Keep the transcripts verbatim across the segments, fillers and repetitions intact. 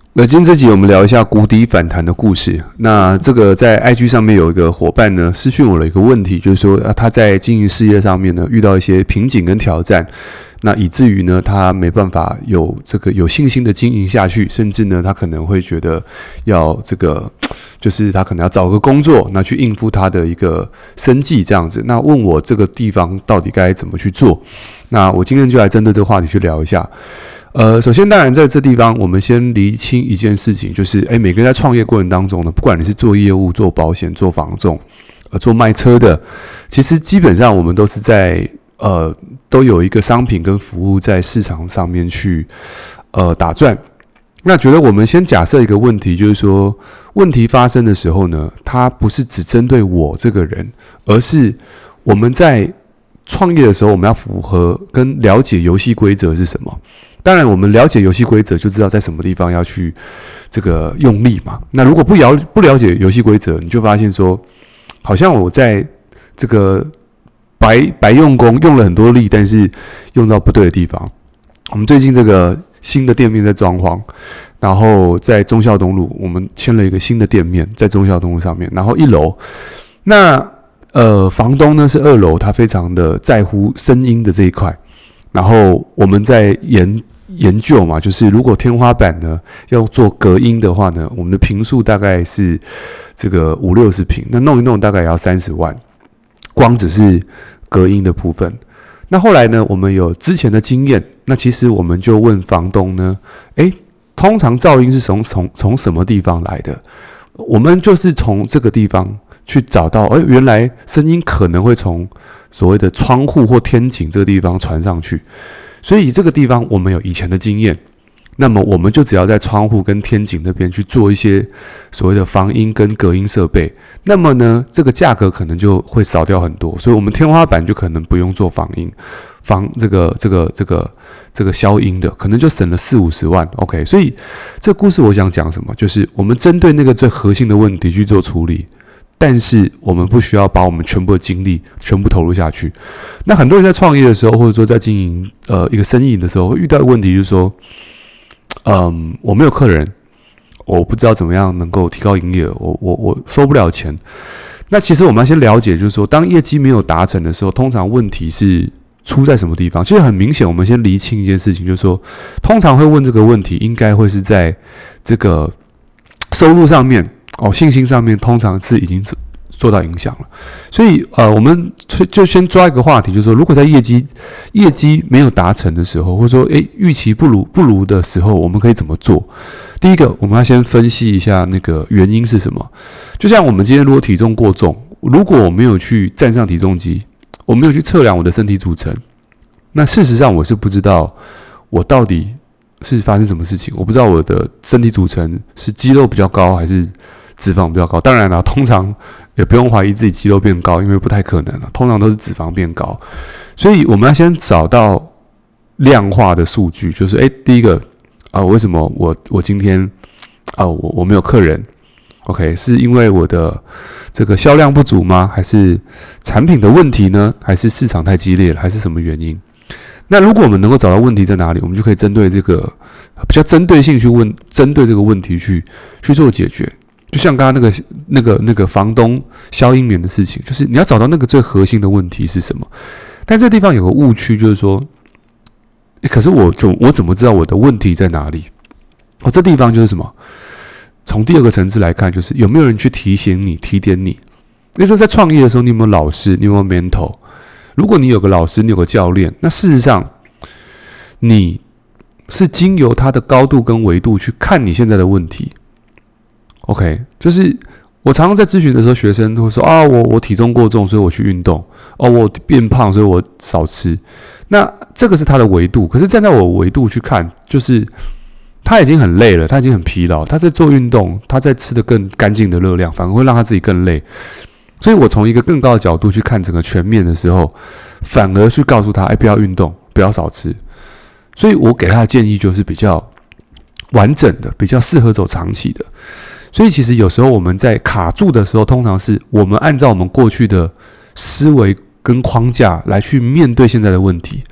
那今天这集我们聊一下谷底反弹的故事。那这个在 I G 上面有一个伙伴呢私讯我了一个问题，就是说、啊、他在经营事业上面呢遇到一些瓶颈跟挑战，那以至于呢他没办法有这个有信心的经营下去，甚至呢他可能会觉得要这个就是他可能要找个工作，那去应付他的一个生计这样子。那问我这个地方到底该怎么去做？那我今天就来针对这个话题去聊一下。呃，首先，当然在这地方，我们先厘清一件事情，就是，哎，每个人在创业过程当中呢，不管你是做业务、做保险、做房仲、呃，做卖车的，其实基本上我们都是在呃，都有一个商品跟服务在市场上面去呃打转。那觉得我们先假设一个问题，就是说，问题发生的时候呢，它不是只针对我这个人，而是我们在创业的时候，我们要符合跟了解游戏规则是什么。当然，我们了解游戏规则，就知道在什么地方要去这个用力嘛。那如果不了不了解游戏规则，你就发现说，好像我在这个白白用功，用了很多力，但是用到不对的地方。我们最近这个新的店面在装潢，然后在忠孝东路，我们签了一个新的店面，在忠孝东路上面，然后一楼，那呃房东呢是二楼，他非常的在乎声音的这一块。然后我们在研研究嘛，就是如果天花板呢要做隔音的话呢，我们的坪数大概是这个五六十坪，那弄一弄大概也要三十万，光只是隔音的部分。那后来呢，我们有之前的经验，那其实我们就问房东呢，诶，通常噪音是从从从什么地方来的？我们就是从这个地方去找到，哎，原来声音可能会从所谓的窗户或天井这个地方传上去，所以这个地方我们有以前的经验，那么我们就只要在窗户跟天井那边去做一些所谓的防音跟隔音设备，那么呢，这个价格可能就会少掉很多，所以我们天花板就可能不用做防音、防这个这个这个这个消音的，可能就省了四五十万。OK， 所以这个故事我想讲什么，就是我们针对那个最核心的问题去做处理。但是我们不需要把我们全部的精力全部投入下去。那很多人在创业的时候，或者说在经营呃一个生意的时候，会遇到的问题就是说，嗯，我没有客人，我不知道怎么样能够提高营业额，我我我收不了钱。那其实我们要先了解，就是说，当业绩没有达成的时候，通常问题是出在什么地方？其实很明显，我们先厘清一件事情，就是说，通常会问这个问题，应该会是在这个收入上面。哦，信心上面通常是已经受到影响了，所以呃，我们就先抓一个话题，就是说，如果在业绩业绩没有达成的时候，或者说诶预期不如不如的时候，我们可以怎么做？第一个，我们要先分析一下那个原因是什么。就像我们今天如果体重过重，如果我没有去站上体重机，我没有去测量我的身体组成，那事实上我是不知道我到底是发生什么事情，我不知道我的身体组成是肌肉比较高还是脂肪比较高。当然了，通常也不用怀疑自己肌肉变高，因为不太可能了，通常都是脂肪变高。所以我们要先找到量化的数据，就是诶第一个啊，为什么我我今天啊我我没有客人 ？OK， 是因为我的这个销量不足吗？还是产品的问题呢？还是市场太激烈了？还是什么原因？那如果我们能够找到问题在哪里，我们就可以针对这个比较针对性去问，针对这个问题去去做解决。就像刚刚那个那个那个房东消音棉的事情，就是你要找到那个最核心的问题是什么。但这地方有个误区，就是说，欸、可是我就我怎么知道我的问题在哪里？哦，这地方就是什么？从第二个层次来看，就是有没有人去提醒你、提点你？那时候在创业的时候，你有没有老师？你有没有 mentor？ 如果你有个老师，你有个教练，那事实上你是经由他的高度跟维度去看你现在的问题。OK， 就是我常常在咨询的时候，学生都会说啊，我我体重过重，所以我去运动。哦，我变胖，所以我少吃。那这个是他的维度，可是站在我维度去看，就是他已经很累了，他已经很疲劳，他在做运动，他在吃的更干净的热量，反而会让他自己更累。所以我从一个更高的角度去看整个全面的时候，反而去告诉他，哎，不要运动，不要少吃。所以我给他的建议就是比较完整的，比较适合走长期的。所以其实有时候我们在卡住的时候，通常是我们按照我们过去的思维跟框架来去面对现在的问题。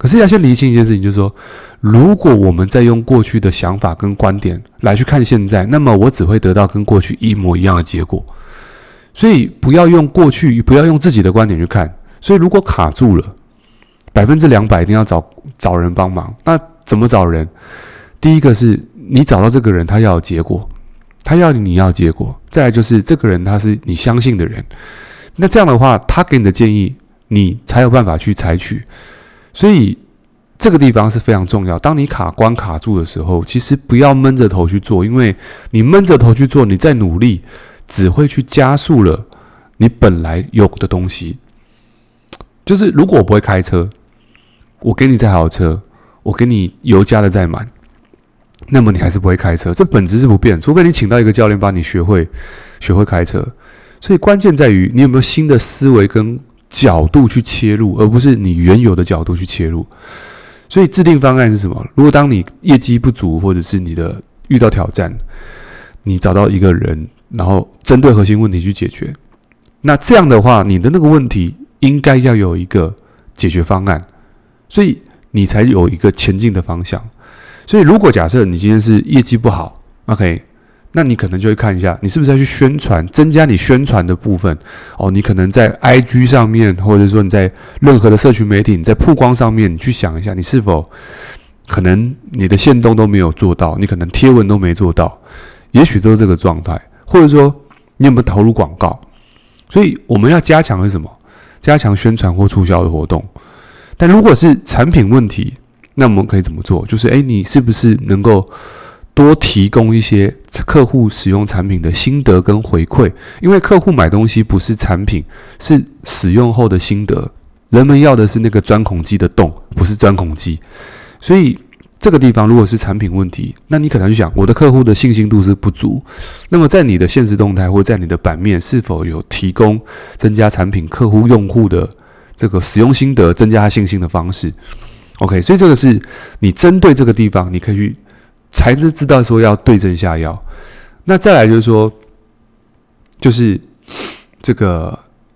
可是要先厘清一件事情，就是说，如果我们在用过去的想法跟观点来去看现在，那么我只会得到跟过去一模一样的结果。所以不要用过去，不要用自己的观点去看。所以如果卡住了，百分之两百一定要找找人帮忙。那怎么找人？第一个是你找到这个人，他要有结果，他要你要有结果。再来就是这个人他是你相信的人，那这样的话，他给你的建议，你才有办法去采取。所以这个地方是非常重要。当你卡关卡住的时候，其实不要闷着头去做，因为你闷着头去做，你再努力，只会去加速了你本来有的东西。就是如果我不会开车，我给你再好的车，我给你油加的再满，那么你还是不会开车，这本质是不变，除非你请到一个教练帮你学会学会开车。所以关键在于你有没有新的思维跟角度去切入，而不是你原有的角度去切入。所以制定方案是什么？如果当你业绩不足，或者是你的遇到挑战，你找到一个人，然后针对核心问题去解决，那这样的话，你的那个问题应该要有一个解决方案，所以你才有一个前进的方向。所以如果假设你今天是业绩不好 ，OK， 那你可能就会看一下，你是不是要去宣传，增加你宣传的部分哦。你可能在 I G 上面，或者说你在任何的社群媒体，你在曝光上面，你去想一下，你是否可能你的限动都没有做到，你可能贴文都没做到，也许都是这个状态，或者说你有没有投入广告？所以我们要加强的是什么？加强宣传或促销的活动。但如果是产品问题，那我们可以怎么做？就是诶，你是不是能够多提供一些客户使用产品的心得跟回馈？因为客户买东西不是产品，是使用后的心得。人们要的是那个钻孔机的洞，不是钻孔机。所以这个地方如果是产品问题，那你可能去想，我的客户的信心度是不足。那么在你的限时动态或在你的版面，是否有提供增加产品客户用户的这个使用心得，增加他信心的方式 ？OK， 所以这个是你针对这个地方，你可以去才是知道说要对症下药。那再来就是说，就是这个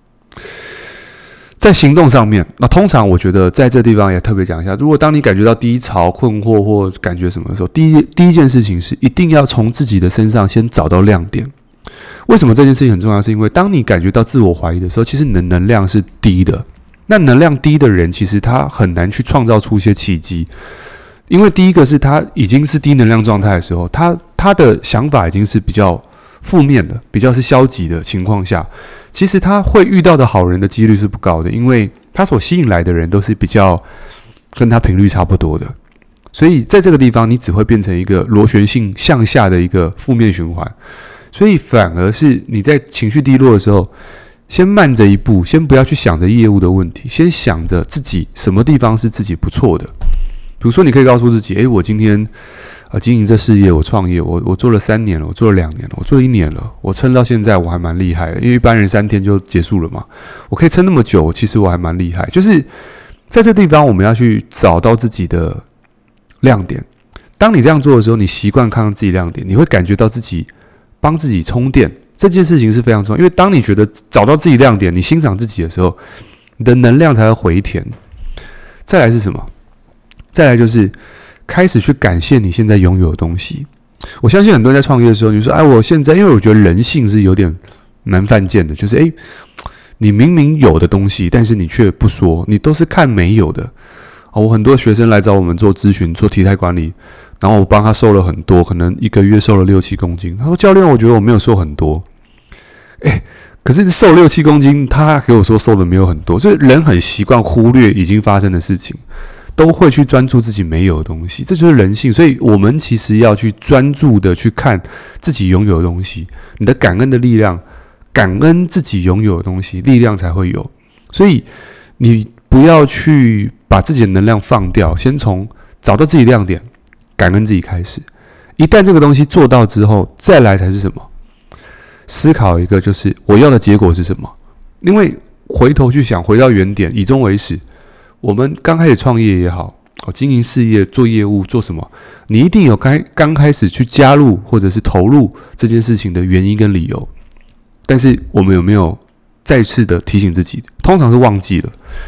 在行动上面，那通常我觉得在这地方也特别讲一下，如果当你感觉到低潮、困惑或感觉什么的时候，第一第一件事情是一定要从自己的身上先找到亮点。为什么这件事情很重要？是因为当你感觉到自我怀疑的时候，其实你的能量是低的。那能量低的人，其实他很难去创造出一些奇迹，因为第一个是他已经是低能量状态的时候，他他的想法已经是比较负面的，比较是消极的情况下，其实他会遇到的好人的几率是不高的，因为他所吸引来的人都是比较跟他频率差不多的，所以在这个地方，你只会变成一个螺旋性向下的一个负面循环，所以反而是你在情绪低落的时候，先慢着一步，先不要去想着业务的问题，先想着自己什么地方是自己不错的。比如说，你可以告诉自己：诶，我今天呃经营这事业，我创业，我我做了三年了，我做了两年了，我做了一年了，我撑到现在，我还蛮厉害的。因为一般人三天就结束了嘛，我可以撑那么久，其实我还蛮厉害。就是在这地方，我们要去找到自己的亮点。当你这样做的时候，你习惯看到自己亮点，你会感觉到自己帮自己充电。这件事情是非常重要，因为当你觉得找到自己亮点，你欣赏自己的时候，你的能量才会回填。再来是什么？再来就是开始去感谢你现在拥有的东西。我相信很多人在创业的时候，你说：“哎，我现在……因为我觉得人性是有点蛮犯贱的，就是哎，你明明有的东西，但是你却不说，你都是看没有的。”哦，我很多学生来找我们做咨询、做体态管理。然后我帮他瘦了很多，可能一个月瘦了六七公斤。他说：“教练，我觉得我没有瘦很多。”哎，可是瘦六七公斤，他给我说瘦的没有很多。所以人很习惯忽略已经发生的事情，都会去专注自己没有的东西，这就是人性。所以我们其实要去专注的去看自己拥有的东西，你的感恩的力量，感恩自己拥有的东西，力量才会有。所以你不要去把自己的能量放掉，先从找到自己亮点。感恩自己开始，一旦这个东西做到之后，再来才是什么？思考一个，就是我要的结果是什么？因为回头去想，回到原点，以终为始。我们刚开始创业也好，经营事业、做业务、做什么，你一定有刚刚开始去加入或者是投入这件事情的原因跟理由。但是我们有没有再次的提醒自己？通常是忘记了。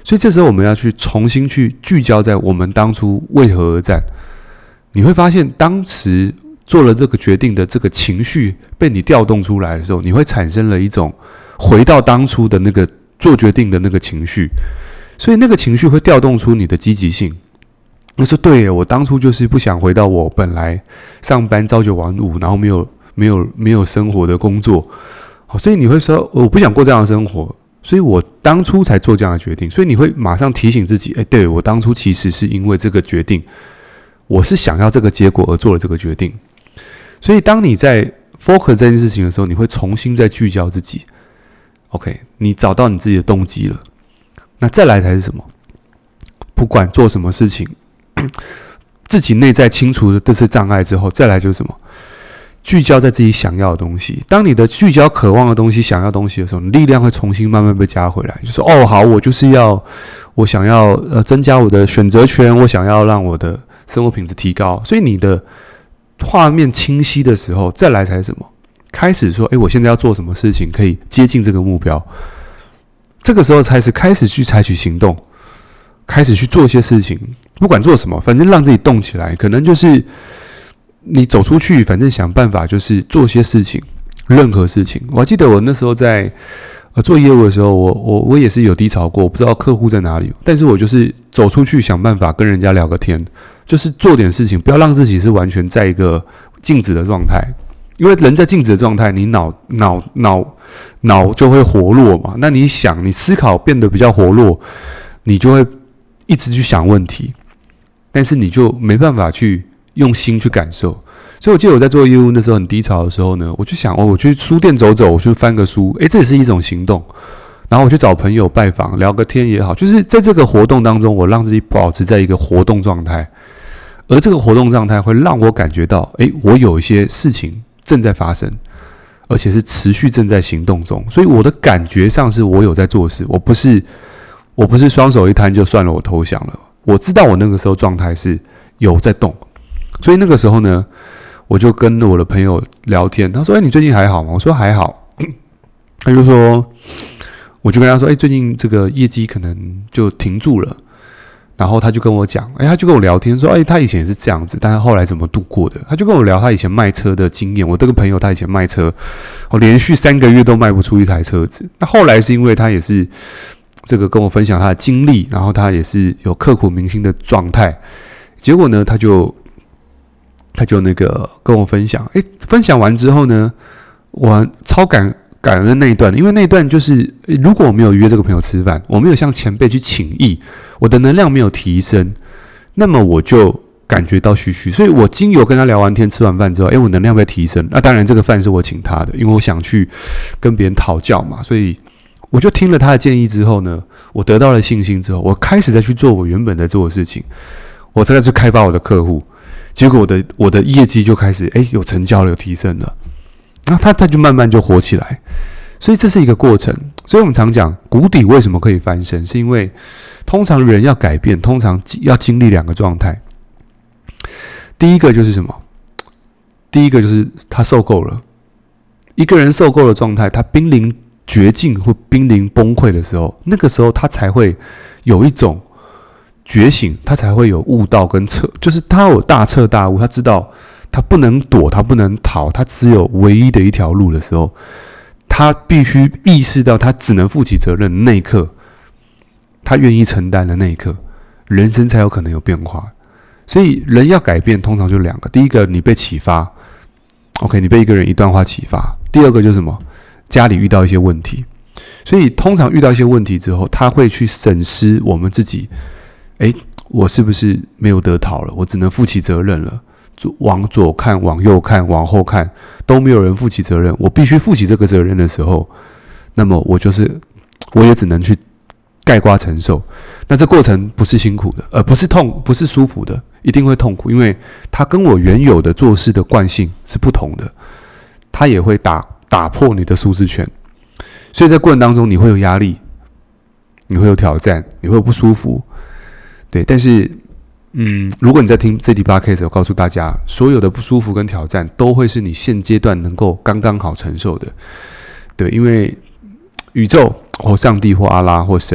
所以这时候我们要去重新去聚焦在我们当初为何而战。你会发现，当时做了这个决定的这个情绪被你调动出来的时候，你会产生了一种回到当初的那个做决定的那个情绪，所以那个情绪会调动出你的积极性。你说对耶，我当初就是不想回到我本来上班朝九晚五，然后没有没有没有生活的工作，所以你会说我不想过这样的生活，所以我当初才做这样的决定。所以你会马上提醒自己，哎，对，我当初其实是因为这个决定，我是想要这个结果而做了这个决定。所以当你在 focus 这件事情的时候，你会重新再聚焦自己。OK， 你找到你自己的动机了，那再来才是什么？不管做什么事情，自己内在清除了这些障碍之后，再来就是什么？聚焦在自己想要的东西。当你的聚焦渴望的东西、想要的东西的时候，你力量会重新慢慢被加回来。就说哦，好，我就是要，我想要呃增加我的选择权，我想要让我的生活品质提高。所以你的画面清晰的时候，再来才是什么？开始说，哎，我现在要做什么事情可以接近这个目标？这个时候才是开始去采取行动，开始去做一些事情，不管做什么，反正让自己动起来。可能就是你走出去，反正想办法就是做些事情，任何事情。我还记得我那时候在呃做业务的时候，我我我也是有低潮过，我不知道客户在哪里，但是我就是走出去想办法跟人家聊个天，就是做点事情，不要让自己是完全在一个静止的状态。因为人在静止的状态，你脑脑脑脑就会活络嘛。那你想，你思考变得比较活络，你就会一直去想问题，但是你就没办法去用心去感受。所以我记得我在做业务那时候很低潮的时候呢，我就想哦，我去书店走走，我去翻个书，诶，这也是一种行动。然后我去找朋友拜访，聊个天也好，就是在这个活动当中，我让自己保持在一个活动状态，而这个活动状态会让我感觉到，诶，我有一些事情正在发生，而且是持续正在行动中，所以我的感觉上是我有在做事，我不是我不是双手一摊就算了，我投降了。我知道我那个时候状态是有在动，所以那个时候呢，我就跟我的朋友聊天，他说：“哎，你最近还好吗？”我说：“还好。”他就说，我就跟他说：“哎，最近这个业绩可能就停住了。”然后他就跟我讲，哎，他就跟我聊天说，哎，他以前也是这样子，但是后来怎么度过的？他就跟我聊他以前卖车的经验。我这个朋友他以前卖车，我连续三个月都卖不出一台车子。那后来是因为他也是这个跟我分享他的经历，然后他也是有刻骨铭心的状态。结果呢，他就他就那个跟我分享，哎，分享完之后呢，我超感。感恩那一段，因为那一段就是，如果我没有约这个朋友吃饭，我没有向前辈去请益，我的能量没有提升，那么我就感觉到虚虚。所以我经由跟他聊完天、吃完饭之后，哎，我能量被提升。那当然，这个饭是我请他的，因为我想去跟别人讨教嘛。所以我就听了他的建议之后呢，我得到了信心之后，我开始再去做我原本在做的事情，我再去开发我的客户，结果我的我的业绩就开始哎有成交了，有提升了。那他他就慢慢就活起来，所以这是一个过程。所以我们常讲谷底为什么可以翻身，是因为通常人要改变，通常要经历两个状态。第一个就是什么？第一个就是他受够了。一个人受够的状态，他濒临绝境或濒临崩溃的时候，那个时候他才会有一种觉醒，他才会有悟道跟彻，就是他有大彻大悟，他知道。他不能躲，他不能逃，他只有唯一的一条路的时候，他必须意识到他只能负起责任的那一刻，他愿意承担的那一刻，人生才有可能有变化。所以人要改变，通常就两个：第一个，你被启发 ，OK， 你被一个人一段话启发；第二个就是什么？家里遇到一些问题。所以通常遇到一些问题之后，他会去审视我们自己，哎，我是不是没有得逃了？我只能负起责任了。往左看，往右看，往后看，都没有人负起责任。我必须负起这个责任的时候，那么我就是，我也只能去概括承受。那这过程不是辛苦的，而不是痛，不是舒服的，一定会痛苦，因为它跟我原有的做事的惯性是不同的，它也会打打破你的舒适圈。所以在过程当中，你会有压力，你会有挑战，你会有不舒服，对，但是。嗯，如果你在听这集 podcast， 我告诉大家，所有的不舒服跟挑战都会是你现阶段能够刚刚好承受的。对，因为宇宙或上帝或阿拉或神，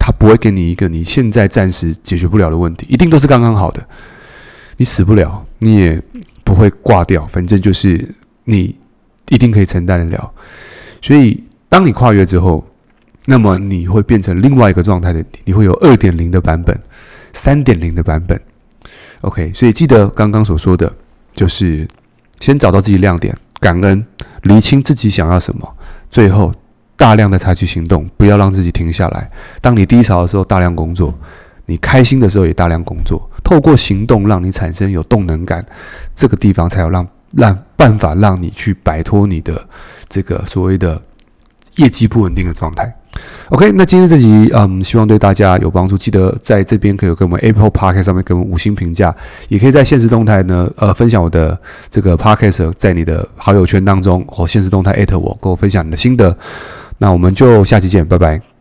他不会给你一个你现在暂时解决不了的问题，一定都是刚刚好的。你死不了，你也不会挂掉，反正就是你一定可以承担得了。所以当你跨越之后，那么你会变成另外一个状态的，你会有 二点零 的版本， 三点零 的版本。 OK， 所以记得刚刚所说的，就是先找到自己亮点，感恩，厘清自己想要什么，最后大量的采取行动，不要让自己停下来。当你低潮的时候大量工作，你开心的时候也大量工作，透过行动让你产生有动能感，这个地方才有让让办法让你去摆脱你的这个所谓的业绩不稳定的状态。OK， 那今天这集嗯，希望对大家有帮助。记得在这边可以给我们 Apple Podcast 上面给我们五星评价，也可以在限时动态呢呃分享我的这个 Podcast 在你的好友圈当中或限时动态 at 我，跟我分享你的心得。那我们就下期见，拜拜。